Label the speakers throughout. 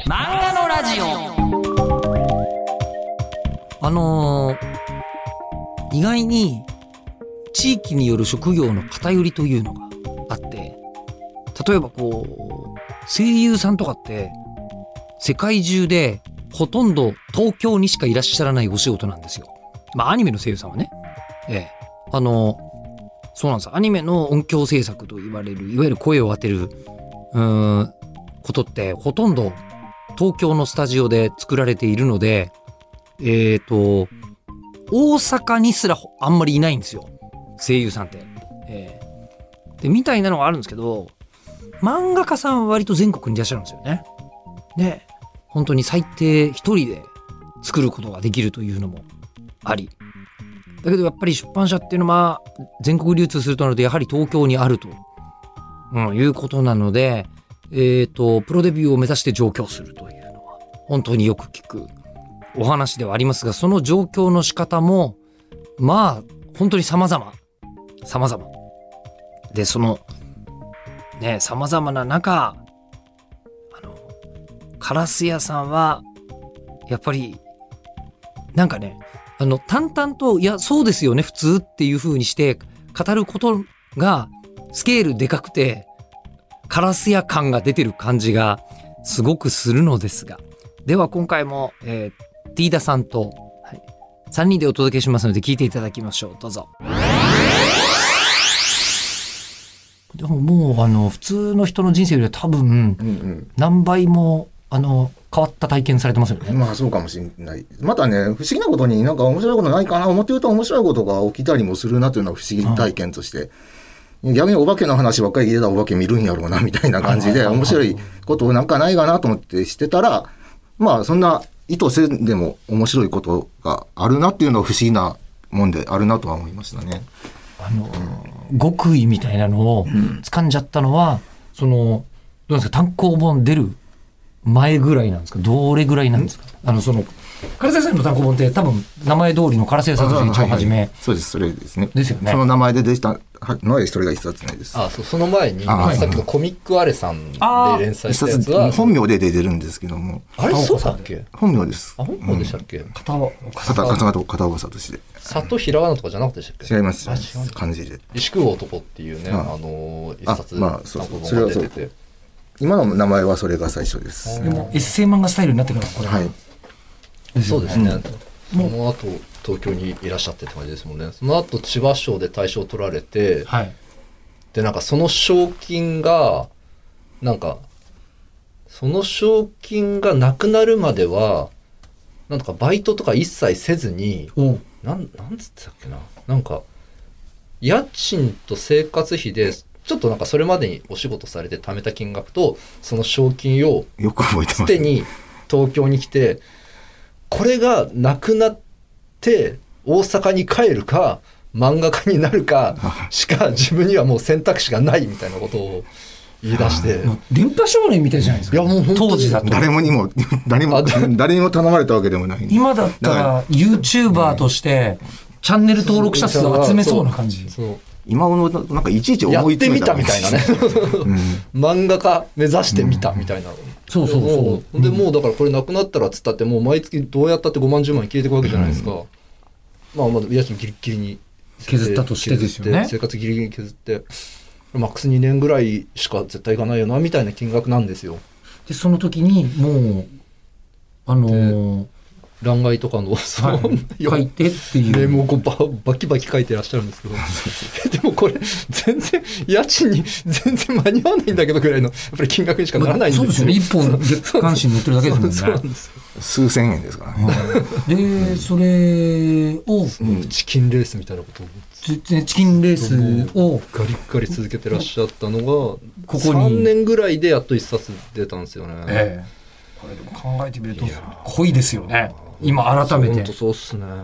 Speaker 1: 漫画のラジオ。意外に地域による職業の偏りというのがあって、例えば声優さんとかって世界中でほとんど東京にしかいらっしゃらないお仕事なんですよ。アニメの声優さんはね、そうなんです。アニメの音響制作と言われる、いわゆる声を当てることってほとんど東京のスタジオで作られているので、大阪にすらあんまりいないんですよ、声優さんって。でみたいなのがあるんですけど、漫画家さんは割と全国にいらっしゃるんですよね。で本当に最低一人で作ることができるというのもあり、だけどやっぱり出版社っていうのは全国流通するとなるとやはり東京にあると、いうことなので、プロデビューを目指して上京するというのは本当によく聞くお話ではありますが、その上京の仕方も本当に様々で、そのね様々な中、カラス屋さんはやっぱりなんかね、淡々といやそうですよね普通っていう風にして語ることがスケールでかくてカラス屋感が出てる感じがすごくするのですが、では今回も、ティーダさんと、3人でお届けしますので聞いていただきましょう。どうぞ。でももう普通の人の人生よりは多分、何倍も変わった体験されてますよね。
Speaker 2: そうかもしれない。またね、不思議なことになんか面白いことないかな思ってると面白いことが起きたりもするなというのは不思議体験として、逆にお化けの話ばっかり入れたらお化け見るんやろうなみたいな感じで、面白いことなんかないかなと思ってしてたら、そんな意図せんでも面白いことがあるなっていうのは不思議なもんであるなとは思いましたね。
Speaker 1: 極意みたいなのを掴んじゃったのは、どうですか、単行本出る前ぐらいなんですか、どれぐらいなんですか。カラス屋さんの単行本って多分名前通りのカラス屋さんの一番初め、
Speaker 2: そうです、それですね。
Speaker 1: ですよね。
Speaker 2: その名前で出たのはそれが一冊目です。
Speaker 3: その前にさっきのコミックアレさんで連載したやつは
Speaker 2: 本名で出てるんですけども、
Speaker 3: あれそうだっけ。
Speaker 2: 本名です。
Speaker 3: 本名でしたっけ。
Speaker 2: 片岡聡で。
Speaker 3: 里ひらがなとかじゃなくてしたっけ。
Speaker 2: 違います。漢字で。
Speaker 3: 石工男っていうね、一冊単行本が出てて、
Speaker 2: 今の名前はそれが最初です。
Speaker 1: でもエッセイ漫画スタイルになってからこれ。
Speaker 3: そうですね。その後東京にいらっしゃってって感じですもんね。その後千葉賞で大賞を取られて、でなんかその賞金がなくなるまではなんかバイトとか一切せずに、なんつってたっけな、なんか家賃と生活費でちょっとなんかそれまでにお仕事されて貯めた金額とその賞金を
Speaker 2: よく覚えてます。
Speaker 3: すでに東京に来て、これがなくなって大阪に帰るか漫画家になるかしか自分にはもう選択肢がないみたいなことを言い出して、
Speaker 1: 電波少年みたいじゃないですか。
Speaker 3: いやもう本当に
Speaker 1: 当時だと
Speaker 2: 誰にも頼まれたわけでもない。
Speaker 1: 今だったら YouTuber としてチャンネル登録者数を集めそうな感じ。
Speaker 2: 今のなんかいちいち思い詰めた
Speaker 3: やってみたみたいなね漫画家目指してみたみたいな、
Speaker 1: そう
Speaker 3: でもうだからこれなくなったらっつったってもう毎月どうやったって5万10万消えていくわけじゃないですか。まだ家賃ギリギリに
Speaker 1: 削ったとしてですよね。
Speaker 3: 生活ギリギリに削ってマックス2年ぐらいしか絶対いかないよなみたいな金額なんですよ。
Speaker 1: でその時にもう
Speaker 3: 欄外とかの、
Speaker 1: 書いてっていう
Speaker 3: メモをバキバキ書いてらっしゃるんですけどでもこれ全然家賃に全然間に合わないんだけどぐらいのやっぱり金額にしかならないんですよ。
Speaker 1: そうですよね。一本月刊誌に載ってるだけですもんね。
Speaker 3: そうなんですよ。
Speaker 2: 数千円ですからね。
Speaker 1: でそれを
Speaker 3: チキンレースみたいなことを
Speaker 1: チキンレースを
Speaker 3: ガリガリ続けてらっしゃったのが3年ぐらいでやっと1冊出たんですよね。
Speaker 1: これでも考えてみると濃いですよね。今改めて。
Speaker 3: 本当そうっすね。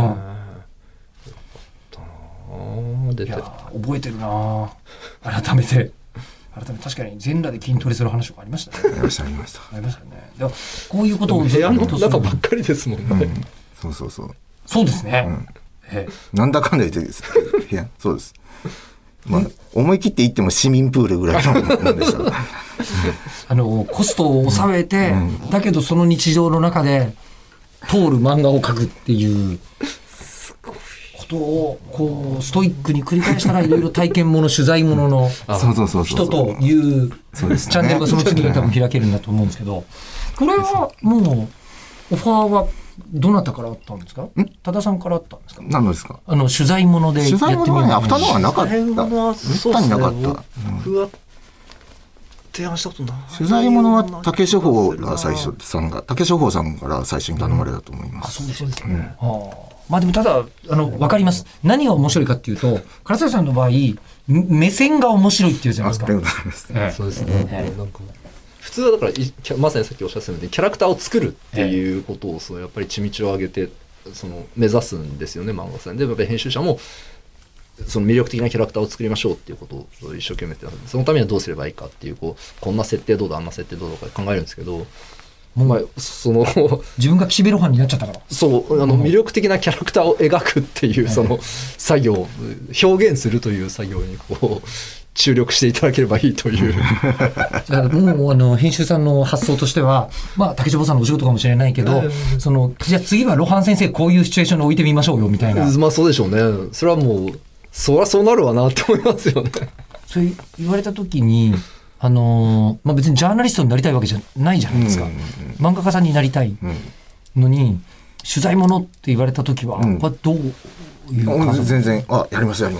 Speaker 3: 出て
Speaker 1: 覚えてるな。改めて確かに全裸で筋トレする話とかありましたね。
Speaker 2: ありましたね。
Speaker 1: でもこういうことを
Speaker 3: 部屋の中ばっかりですもんね。
Speaker 1: そうですね。
Speaker 2: なんだかんだ言ってです。部屋そうです。 まあ、思い切って言っても市民プールぐらいのもんですよ。
Speaker 1: コストを抑えて、だけどその日常の中で通る漫画を描くっていうことをこうストイックに繰り返したらいろいろ体験もの取材ものの人というチャンネルがその次に多分開けるんだと思うんですけど、これはもうオファーはどなたからあったんですか？多田さんからあったんですか？
Speaker 2: 何ですか？
Speaker 1: 取材ものでやってみよう。
Speaker 2: 取材ものはね、アフターノーンはなかった。めったになかった。
Speaker 3: 僕は提案したことない。
Speaker 2: 取材ものは竹書房が最初竹書房さんから最初に頼まれたと思います。
Speaker 1: そうですね。まあでもただ分かります。何が面白いかっていうと、唐沢さんの場合目線が面白いっていうじゃないですか。
Speaker 3: そうですね。なんか普通はだからまさにさっきおっしゃってたようにキャラクターを作るっていうことをやっぱり地道を上げて目指すんですよね、漫画家さんで。やっぱり編集者もその魅力的なキャラクターを作りましょうっていうことを一生懸命やってます。そのためにはどうすればいいかっていう、こんな設定どうだあんな設定どうだとか考えるんですけど、まあ、
Speaker 1: 自分が岸辺露伴になっちゃったから
Speaker 3: 魅力的なキャラクターを描くっていうその作業、表現するという作業に注力していただければいいという
Speaker 1: じゃあもう編集さんの発想としては、まあ、竹久保さんのお仕事かもしれないけど、じゃあ次は露伴先生こういうシチュエーションに置いてみましょうよみたいな。
Speaker 3: まあそうでしょうね。それはもうそりゃそうなるわなって思いますよね。
Speaker 1: それ言われた時にまあ、別にジャーナリストになりたいわけじゃないじゃないですか、漫画家さんになりたいのに、取材物って言われた時は、これどういう感じ？
Speaker 2: 全然やります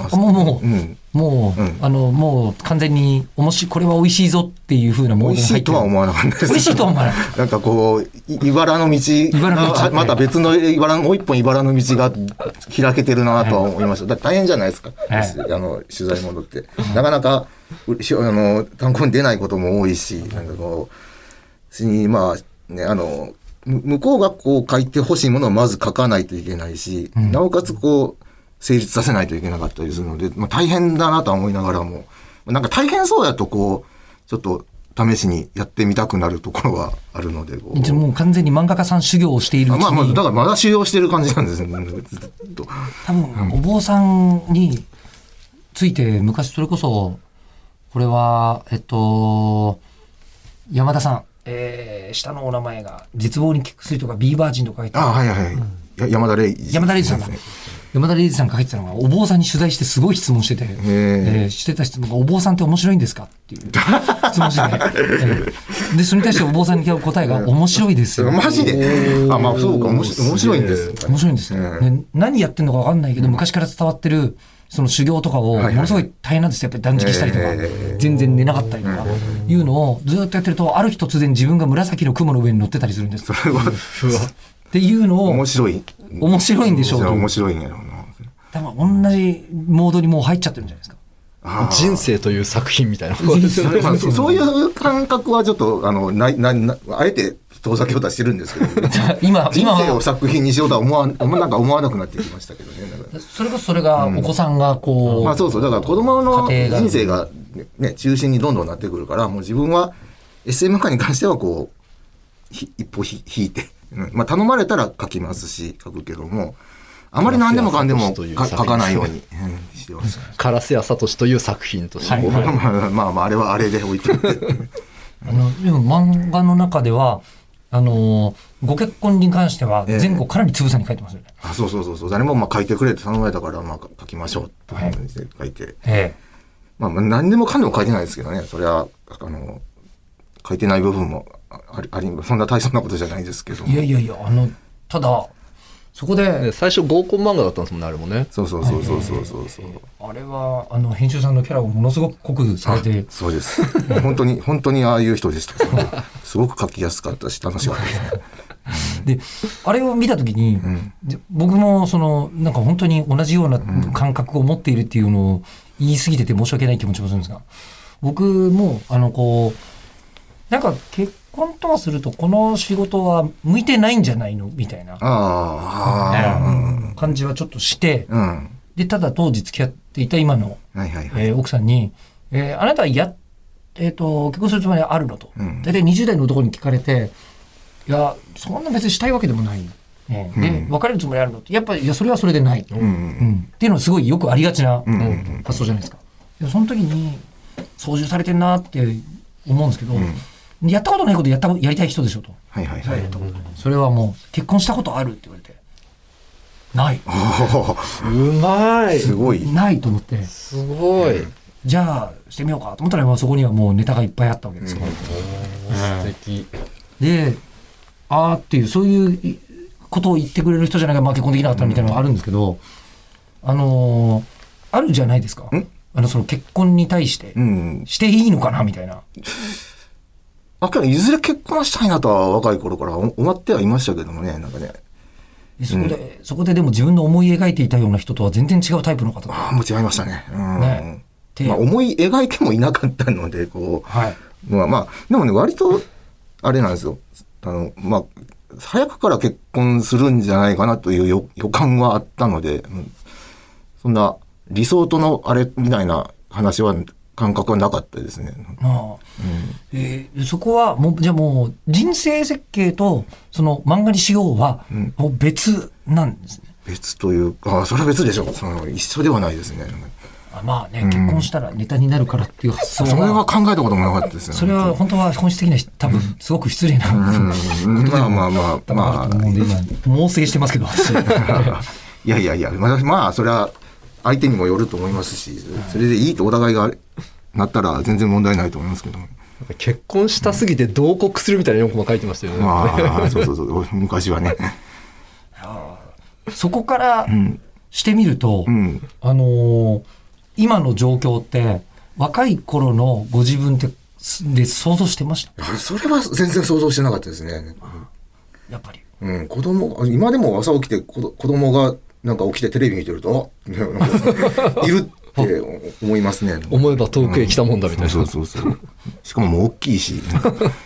Speaker 1: もう完全にこれは美味しいぞっていう風なモードに入ってる。
Speaker 2: 美味しいとは思わなかったです。
Speaker 1: 美味しいとは思わない。
Speaker 2: なんか茨の道また別のもう一本茨の道が開けてるなとは思いました。だ大変じゃないですか、取材物って、なかなか単行に出ないことも多いし、なんかまあね、向こうが書いてほしいものをまず書かないといけないし、なおかつ成立させないといけなかったりするので、まあ、大変だなとは思いながらも、なんか大変そうやとちょっと試しにやってみたくなるところはあるので、
Speaker 1: もう完全に漫画家さん修行をしているうちに、
Speaker 2: だからまだ修行してる感じなんですよね、ずっと。
Speaker 1: 多分お坊さんについて昔それこそこれは山田さん、下のお名前が絶望に効く薬とかビーバージンとか書いて
Speaker 2: 山田礼二さんだ。
Speaker 1: 山田礼二さんが書いてたのが、お坊さんに取材してすごい質問してて、してた質問が、お坊さんって面白いんですかっていう質問してて、でそれに対してお坊さんに答えが面白いですよ。
Speaker 2: マジで？まあそうか、面白いんです。
Speaker 1: 面白いんですよ。何やってんのか分かんないけど、昔から伝わってるその修行とかをものすごい大変なんですよ。やっぱり断食したりとか、全然寝なかったりとかいうのをずっとやってると、ある日突然自分が紫の雲の上に乗ってたりするんです。
Speaker 2: それは
Speaker 1: っていうのを面白いんでしょう。
Speaker 2: 面白いんやろうな。
Speaker 1: 多分同じモードにもう入っちゃってるんじゃないですか。
Speaker 3: 人生という作品みたいな
Speaker 2: そういう感覚はちょっとあえて遠ざけようとしてるんですけど、今人生を作品にしようとは思わなくなってきましたけどね。
Speaker 1: それこそそれがお子さんが
Speaker 2: まあそうだから子供の人生がね中心にどんどんなってくるから、もう自分は SM 化に関しては一歩引いて、まあ頼まれたら書きますし書くけども、あまり何でもかんでも書かないようにしてます。
Speaker 3: 烏谷聡という作品として、
Speaker 2: まああれはあれで置いておいて。
Speaker 1: でも漫画の中ではご結婚に関しては前後かなりつぶさに書いてますよね。
Speaker 2: そう誰も書いてくれって頼まれたから、書きましょうって感じで書いて、何でもかんでも書いてないですけどね。それは書いてない部分もあり、そんな大層なことじゃないですけど。
Speaker 1: いやただそこで
Speaker 3: 最初合コン漫画だったんですもんね、あれもね。
Speaker 2: そう
Speaker 1: あれは編集さんのキャラをものすごく濃くされて。
Speaker 2: そうです。本当にああいう人でした。すごく書きやすかったし楽しかった
Speaker 1: であれを見たときに、僕もなんか本当に同じような感覚を持っているっていうのを言い過ぎてて申し訳ない気持ちもするんですが、僕もなんか結婚とはするとこの仕事は向いてないんじゃないのみたいな感じはちょっとして、でただ当時付き合っていた今の奥さんに、あなたは結婚するつもりはあるのと、大体20代の男に聞かれて、いやそんな別にしたいわけでもない、で別れるつもりあるのって、やっぱりそれはそれでない、っていうのはすごいよくありがちな発想じゃないですか。 でもその時に操縦されてんなって思うんですけど、やったことないことやりたい人でしょと。
Speaker 2: はいはいはい。
Speaker 1: それはもう結婚したことあるって言われて、ない。
Speaker 3: うまい。
Speaker 2: すごい。
Speaker 1: ないと思って。
Speaker 3: すごい。
Speaker 1: じゃあしてみようかと思ったら、そこにはもうネタがいっぱいあったわけですよ。
Speaker 3: 素敵。
Speaker 1: で、あーっていうそういうことを言ってくれる人じゃないか、結婚できなかったみたいなのがあるんですけど、あるじゃないですか。その結婚に対して、していいのかなみたいな。
Speaker 2: けどいずれ結婚したいなとは若い頃から思ってはいましたけどもね、なんかね。
Speaker 1: そこででも自分の思い描いていたような人とは全然違うタイプの方
Speaker 2: もう違いましたね。思い描いてもいなかったので、でもね、割と、あれなんですよ。早くから結婚するんじゃないかなという予感はあったので、そんな理想とのあれみたいな話は、感覚はなかったですね。
Speaker 1: そこはじゃあもう人生設計とその漫画にしようはもう別なんですね。
Speaker 2: 別というか、それは別でしょう。一緒ではないですね。
Speaker 1: 結婚したらネタになるからっていう発想は、
Speaker 2: それは考えたこともなかったですよね。
Speaker 1: それは本当は本質的には多分すごく失礼なことでもあると思うんで、今猛省してますけど
Speaker 2: いや、それは相手にもよると思いますし、それでいいとお互いがなったら全然問題ないと思いますけど。
Speaker 3: 結婚したすぎて同国するみたいな4コマ書いてましたよね。
Speaker 2: そう昔はね。
Speaker 1: そこからしてみると、今の状況って若い頃のご自分ってで想像してました？
Speaker 2: それは全然想像してなかったですね。
Speaker 1: やっぱり。
Speaker 2: 今でも朝起きて子供がなんか起きてテレビ見てるといるって思いますね。
Speaker 3: 思えば遠くへ来たもんだみたいな。
Speaker 2: そう。しかももう大きいし。
Speaker 1: で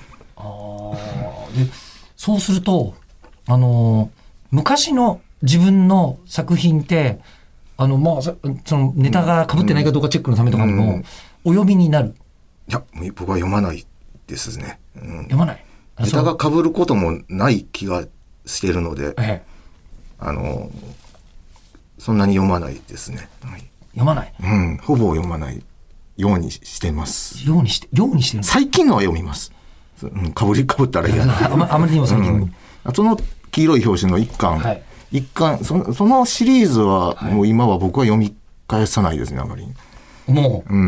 Speaker 1: そうすると昔の自分の作品ってそのネタが被ってないかどうかチェックのためとかにもお読みになる？
Speaker 2: いや、僕は読まないですね。
Speaker 1: 読まない。
Speaker 2: ネタが被ることもない気がしているので、そんなに読まないですね。
Speaker 1: 読まない。
Speaker 2: ほぼ読まないようにしてます。
Speaker 1: ようにしてる。
Speaker 2: 最近のは読みます。かぶったら嫌な。
Speaker 1: あまりにも最近。
Speaker 2: その黄色い表紙の一巻、そのシリーズはもう今は僕は読み返さないですね、あまり。
Speaker 1: もう。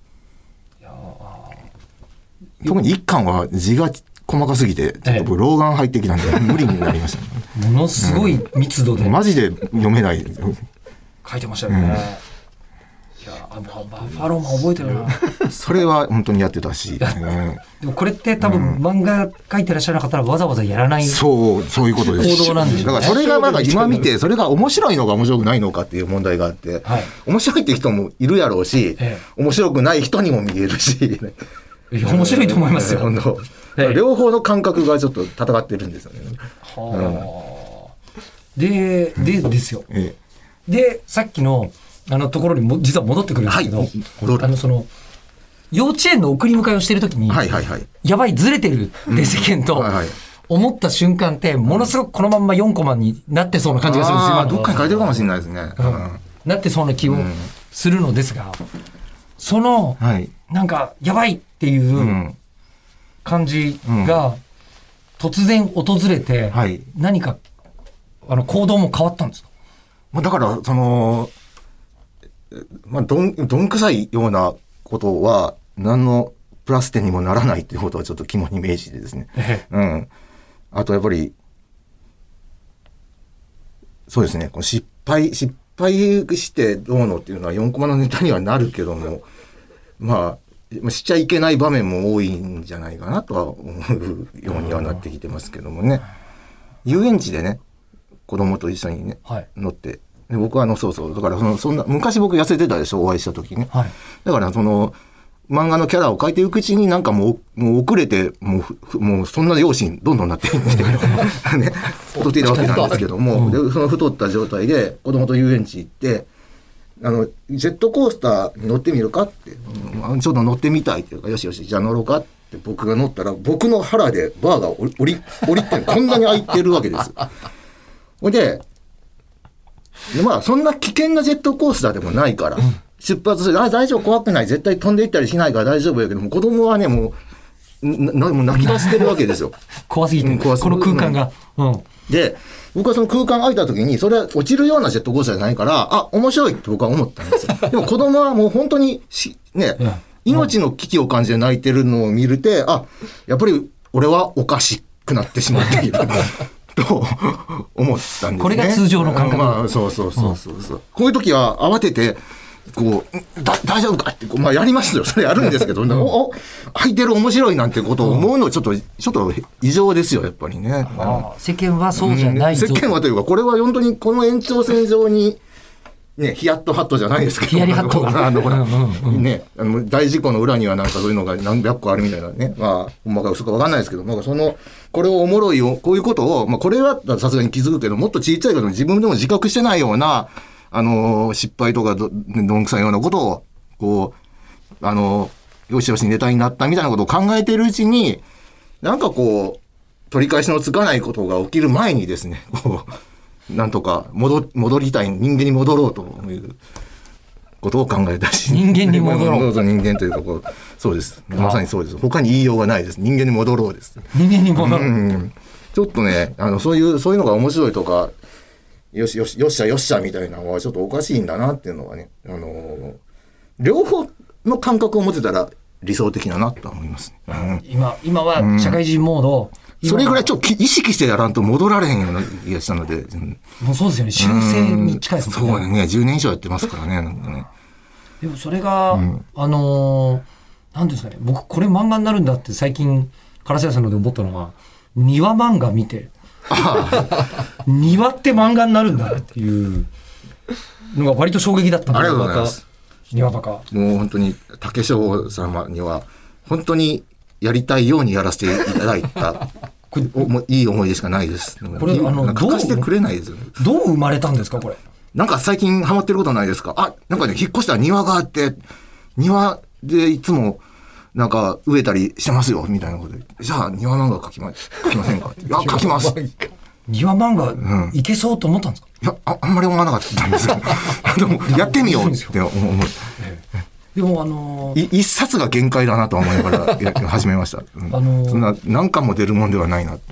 Speaker 2: 特に一巻は字が細かすぎて、ちょっと僕老眼入ってきたんで無理になりましたね。
Speaker 1: ものすごい密度で。
Speaker 2: マジで読めない。
Speaker 1: 書いてましたよね。いや、バッファローマン覚えてるな。
Speaker 2: それは本当にやってたし。
Speaker 1: でもこれって多分漫画書いてらっしゃらなかったらわざわざやらない。
Speaker 2: そういうことです。
Speaker 1: 行動なんですよね。
Speaker 2: だからそれがまだ今見て、それが面白いのか面白くないのかっていう問題があって、面白いって人もいるやろうし、面白くない人にも見えるし。
Speaker 1: 面白いと思いますよ。
Speaker 2: 両方の感覚がちょっと戦ってるんですよね。
Speaker 1: ですよ。で、さっきのところにも実は戻ってくるんですけど、その幼稚園の送り迎えをしているときに、やばいずれてるって世間と思った瞬間ってものすごくこのまんま4コマになってそうな感じがするんですよ。
Speaker 2: どっかに書いてるかもしれないですね。
Speaker 1: なってそうな気をするのですが、そのなんかやばいっていう感じが突然訪れて、何か行動も変わったんですか？
Speaker 2: だからどんくさいようなことは何のプラス点にもならないっていうことはちょっと肝に銘じてですね。あとやっぱりそうですね、失敗してどうのっていうのは4コマのネタにはなるけども、しちゃいけない場面も多いんじゃないかなとは思うようにはなってきてますけどもね。遊園地でね、子供と一緒にね、乗って、で僕はだからそんな昔僕痩せてたでしょ、お会いした時ね。だから漫画のキャラを描いていくうちになんかもう遅れてもうそんな容姿にどんどんなっていってね、太っているわけなんですけども、でその太った状態で子供と遊園地行って。ジェットコースターに乗ってみるかって、ちょっと乗ってみたいっていうか、よしじゃあ乗ろうかって僕が乗ったら、僕の腹でバーが降りてこんなに開いてるわけです。でそんな危険なジェットコースターでもないから、 出発する、大丈夫、怖くない、絶対飛んでいったりしないから大丈夫やけども、子供はね、もう泣き出してるわけですよ。
Speaker 1: 怖すぎて、この空間が。
Speaker 2: で、僕はその空間空いた時に、それは落ちるようなジェットコースターじゃないから、あ、面白いって僕は思ったんですよ。でも子供はもう本当にね、命の危機を感じて泣いてるのを見るて、あ、やっぱり俺はおかしくなってしまっていると思ったんですね。
Speaker 1: これが通常の感覚。
Speaker 2: そう。こういう時は慌てて、こう大丈夫かってやりますよ、それやるんですけど、空いてる面白いなんてことを思うのはちょっと異常ですよ、やっぱりね。
Speaker 1: 世間はそうじゃないぞ、
Speaker 2: 世間はというか、これは本当にこの延長線上にね、ヒヤットハットじゃないですけど、
Speaker 1: ヒヤリハットが
Speaker 2: ね、大事故の裏にはなんかそういうのが何百個あるみたいなね、ほんまか嘘か分かんないですけど、これをおもろいよ、こういうことを、これはさすがに気づくけど、もっとちっちゃいけど自分でも自覚してないような失敗とかどんくさいようなことをこうよしよしネタになったみたいなことを考えているうちに、なんかこう取り返しのつかないことが起きる前にですね、こうなんとか戻りたい、人間に戻ろうということを考えたし、
Speaker 1: 人間に戻ろう
Speaker 2: 人間というかそうです、まさにそうです。他に言いようがないです。人間に戻ろうです。
Speaker 1: 人間に戻ろう、
Speaker 2: ちょっとね、そういうのが面白いとか、よっしゃみたいなのはちょっとおかしいんだなっていうのはね、両方の感覚を持てたら理想的だなと思います、
Speaker 1: 今は社会人モード、
Speaker 2: それぐらいちょっと意識してやらんと戻られへんような気がしたので、
Speaker 1: もうそうですよね、修正に近いですもんね。
Speaker 2: そうね、10年以上やってますからね、なんかね。
Speaker 1: でもそれが、なんですかね、僕これ漫画になるんだって最近唐瀬さんので思ったのは、庭漫画見て、庭って漫画になるんだっていうのが割と衝撃だったんです。
Speaker 2: ありがとうございます。
Speaker 1: 庭バカ。
Speaker 2: もう本当に武将様には本当にやりたいようにやらせていただいたいい思い出しかないです。
Speaker 1: これ
Speaker 2: 書かせてくれないですよね。
Speaker 1: どう生まれたんですかこれ。
Speaker 2: なんか最近ハマってることないですか。なんかね、引っ越したら庭があって、庭でいつもなんか植えたりしてますよみたいなことで、じゃあ庭漫画書きませんか。いや書きます。
Speaker 1: 庭漫画いけそうと思ったんですか。
Speaker 2: いやあんまり思わなかったんですけどでもやってみようって思う。
Speaker 1: でも
Speaker 2: 一冊が限界だなと思いながら始めました。そんな何巻も出るもんではないなと。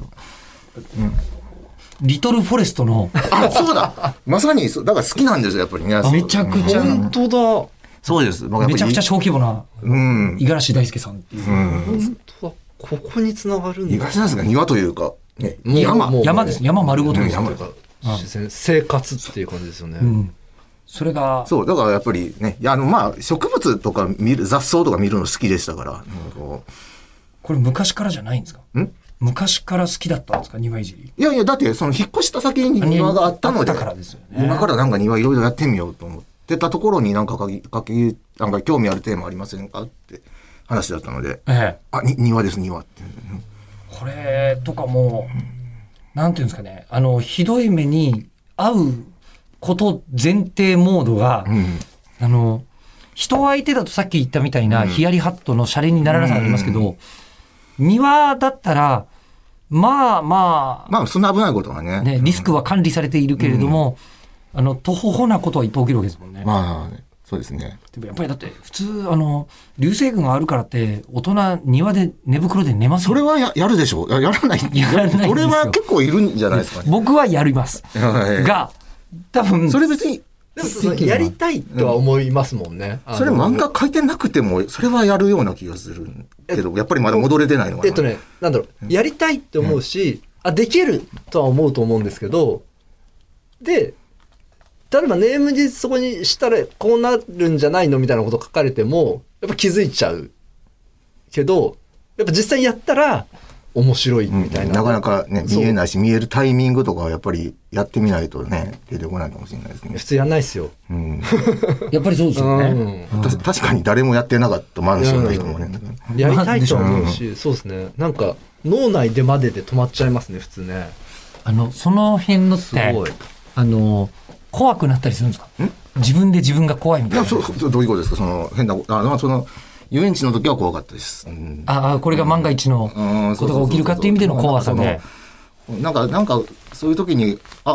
Speaker 1: リトルフォレストの
Speaker 2: そうだ、まさにだから好きなんですよ、やっぱりね。
Speaker 1: めちゃくちゃ
Speaker 3: 本当だ。
Speaker 2: そうです。
Speaker 1: めちゃくちゃ小規模な五十嵐大輔さんっていう。
Speaker 3: 本当だ。ここに繋がるんだ。
Speaker 2: 五十嵐大輔が庭というか、ね、
Speaker 1: 山です。山丸ごとです。
Speaker 3: 自然生活っていう感じですよね。
Speaker 1: それが
Speaker 2: そうだからやっぱりね、植物とか見る、雑草とか見るの好きでしたから。
Speaker 1: これ昔からじゃないんですか。昔から好きだったんですか、庭いじり。
Speaker 2: いやだってその引っ越した先に庭があったので、今からなんか庭いろいろやってみようと思ってたところに、なんかなんか興味あるテーマありませんかって話だったので、庭です、庭って。
Speaker 1: これとかもなんていうんですかね、ひどい目に遭うこと前提モードが、人相手だとさっき言ったみたいなヒヤリハットのシャレにならなさがありますけど、庭だったらまあ
Speaker 2: そんな危ないことはね、
Speaker 1: リスクは管理されているけれども、途方なことはいっぱい起きるわけですもんね。
Speaker 2: そうですね。
Speaker 1: でもやっぱりだって普通流星群があるからって大人庭で寝袋で寝ます。
Speaker 2: それは やるでしょ。やらない。これは結構いるんじゃないですかね。
Speaker 1: 僕はやりますが、多分
Speaker 2: それ別に
Speaker 3: やりたいとは思いますもんね。
Speaker 2: それ漫画書いてなくてもそれはやるような気がするけど、やっぱりまだ戻れてないのかな。
Speaker 3: なんだろう、やりたいって思うし、できるとは思うと思うんですけど、で例えばネームでそこにしたらこうなるんじゃないのみたいなこと書かれてもやっぱ気づいちゃうけど、やっぱ実際やったら面白いみたいな、
Speaker 2: なかなかね見えないし、見えるタイミングとかはやっぱりやってみないとね出てこないかもしれないですね。
Speaker 3: 普通やんないですよ、
Speaker 1: やっぱりそうですよね。
Speaker 2: 確かに誰もやってなかったマンションの人もね、
Speaker 3: やりたいと思うし、そうですね。なんか脳内でまでで止まっちゃいますね普通ね。
Speaker 1: その辺のって
Speaker 3: すごい
Speaker 1: 怖くなったりするんですか。自分で自分が怖いみたいな。
Speaker 2: どういうことですか。その変なその遊園地の時は怖かったです。
Speaker 1: これが万が一のことが起きるかっていう意味での怖さで、
Speaker 2: なんかそういう時に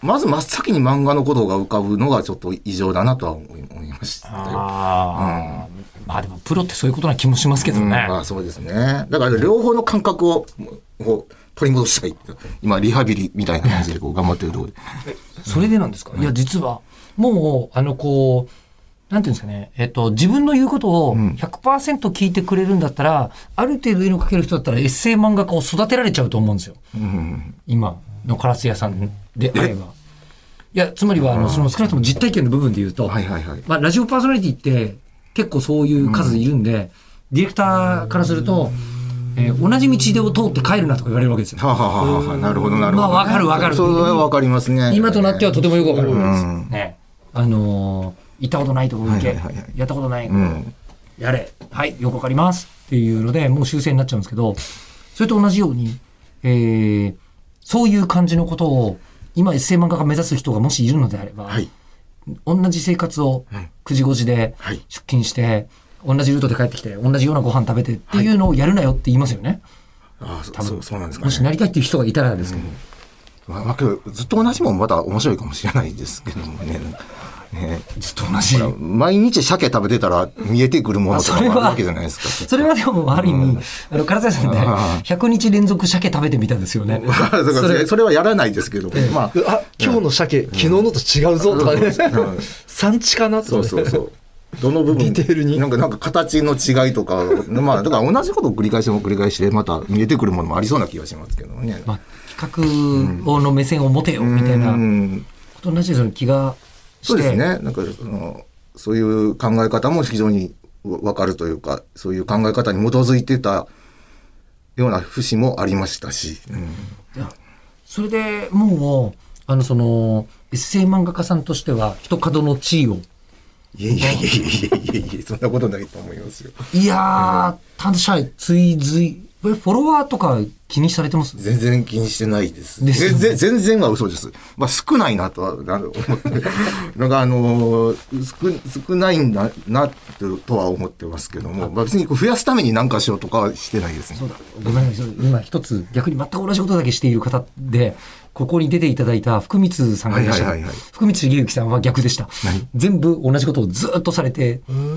Speaker 2: まず真っ先に漫画のことが浮かぶのがちょっと異常だなとは思いましたよ。
Speaker 1: まあでもプロってそういうことな気もしますけどね。
Speaker 2: まあそうですね。だから両方の感覚を取り戻したい。今リハビリみたいな感じでこう頑張ってるところで。
Speaker 1: それでなんですか。いや実はもうこうなんていうんですかね。自分の言うことを 100% 聞いてくれるんだったら、ある程度絵の描ける人だったらエッセイ漫画家を育てられちゃうと思うんですよ。今のカラス屋さんであれば。いやつまりはその少なくとも実体験の部分で言うと、まあラジオパーソナリティって結構そういう数いるんで、ディレクターからすると、同じ道で通って帰るなとか言われるわけですよ。
Speaker 2: なるほどなるほど。
Speaker 1: まあわかる。
Speaker 2: それはわかりますね。
Speaker 1: 今となってはとてもよくわかるわけですよ。ね。行ったことないとこ行け、やったことない、やれ、はい、よくわかりますっていうので、もう修正になっちゃうんですけど、それと同じように、そういう感じのことを、今エッセイ漫画家目指す人がもしいるのであれば、同じ生活を9時5時で出勤して、同じルートで帰ってきて、同じようなご飯食べてっていうのをやるなよって言いますよね。
Speaker 2: そうなんですかね。
Speaker 1: もしなりたいっていう人がいたらですけど。
Speaker 2: ずっと同じもんまだ面白いかもしれないですけどもね。
Speaker 1: ずっと同じ。
Speaker 2: 毎日鮭食べてたら見えてくるものとかもあるわけじゃないですか。
Speaker 1: それはでもある意味、唐沢さんで100日連続鮭食べてみたんですよね。
Speaker 2: それはやらないですけど。
Speaker 3: 今日の鮭、昨日のと違うぞとかね。産地かなとか。
Speaker 2: そう。どの部分
Speaker 3: ディテールに
Speaker 2: なんか形の違いとか、まあだから同じことを繰り返してまた見えてくるものもありそうな気がしますけどね。
Speaker 1: まあ企画の目線を持てよみたいなことになっちゃう気がして。
Speaker 2: そうですね。なんかそういう考え方も非常に分かるというか、そういう考え方に基づいてたような節もありましたし。
Speaker 1: それでもうそのエッセイ漫画家さんとしては一角の地位を。
Speaker 2: いやそんなことないと思いますよ。
Speaker 1: いやー、他者追随フォロワーとか気にされてます？
Speaker 2: 全然気にしてないです。全然は嘘です。まあ少ないなとは思ってなんか少ないんだなとは思ってますけども、まあ、別に増やすために何かしようとかはしてないですね。
Speaker 1: そうだ。ごめんなさい。今一つ逆に全く同じことだけしている方で。ここに出ていただいた福光さんがいらっしゃる。福光茂之さんは逆でした。全部同じことをずっとされて、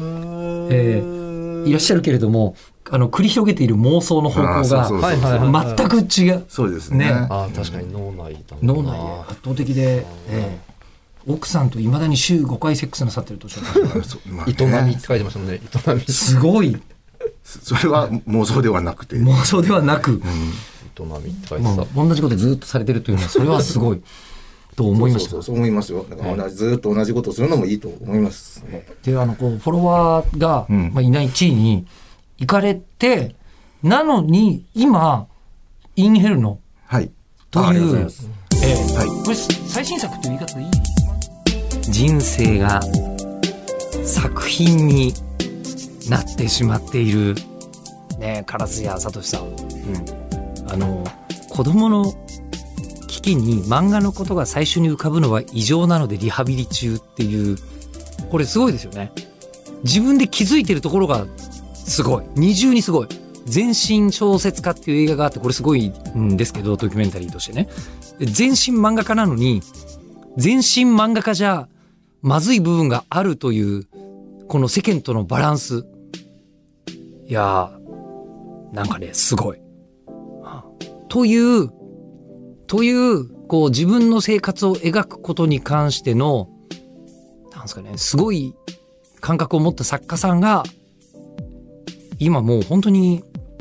Speaker 1: いらっしゃるけれども、繰り広げている妄想の方向が全く違う。
Speaker 2: そうですね。
Speaker 3: 確かに脳内
Speaker 1: 圧倒的で、奥さんといまだに週5回セックスなさってるとおっしゃってました。
Speaker 3: 営みって書いてましたもんね。営み。
Speaker 1: すごい。
Speaker 2: それは妄想ではなくて。
Speaker 1: 妄想ではなく。
Speaker 3: 同
Speaker 1: じことずっとされてるというのはそれはすごいと思いました。
Speaker 2: そう思いますよ。だからずっと同じことをするのもいいと思います、ね。
Speaker 1: でこうフォロワーが、いない地位に行かれて、なのに今インヘルノという、これ最新作という言い方でいい？人生が作品になってしまっているね、烏谷聡さん。子供の危機に漫画のことが最初に浮かぶのは異常なのでリハビリ中っていう、これすごいですよね。自分で気づいてるところがすごい、二重にすごい。全身小説家っていう映画があって、これすごいんですけど、ドキュメンタリーとしてね、全身漫画家なのに全身漫画家じゃまずい部分があるという、この世間とのバランス、いやーなんかねすごいというこう自分の生活を描くことに関してのなんですかね、すごい感覚を持った作家さんが今もう本当に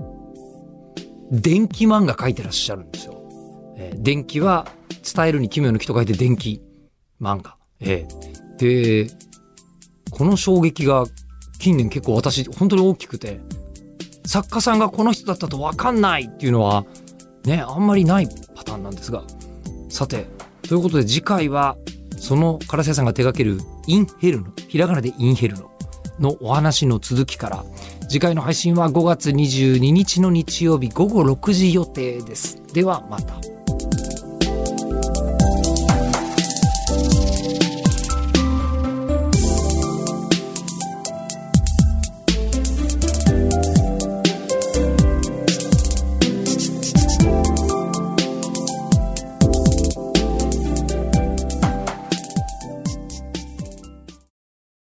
Speaker 1: 電気漫画描いてらっしゃるんですよ。電気は伝えるに奇妙の木と書いて電気漫画。でこの衝撃が近年結構私本当に大きくて、作家さんがこの人だったと分かんないっていうのはね、あんまりないパターンなんですが、さてということで次回はその唐瀬さんが手掛けるインヘルノ、ひらがなでインヘルノのお話の続きから、次回の配信は5月22日の日曜日午後6時予定です。ではまた。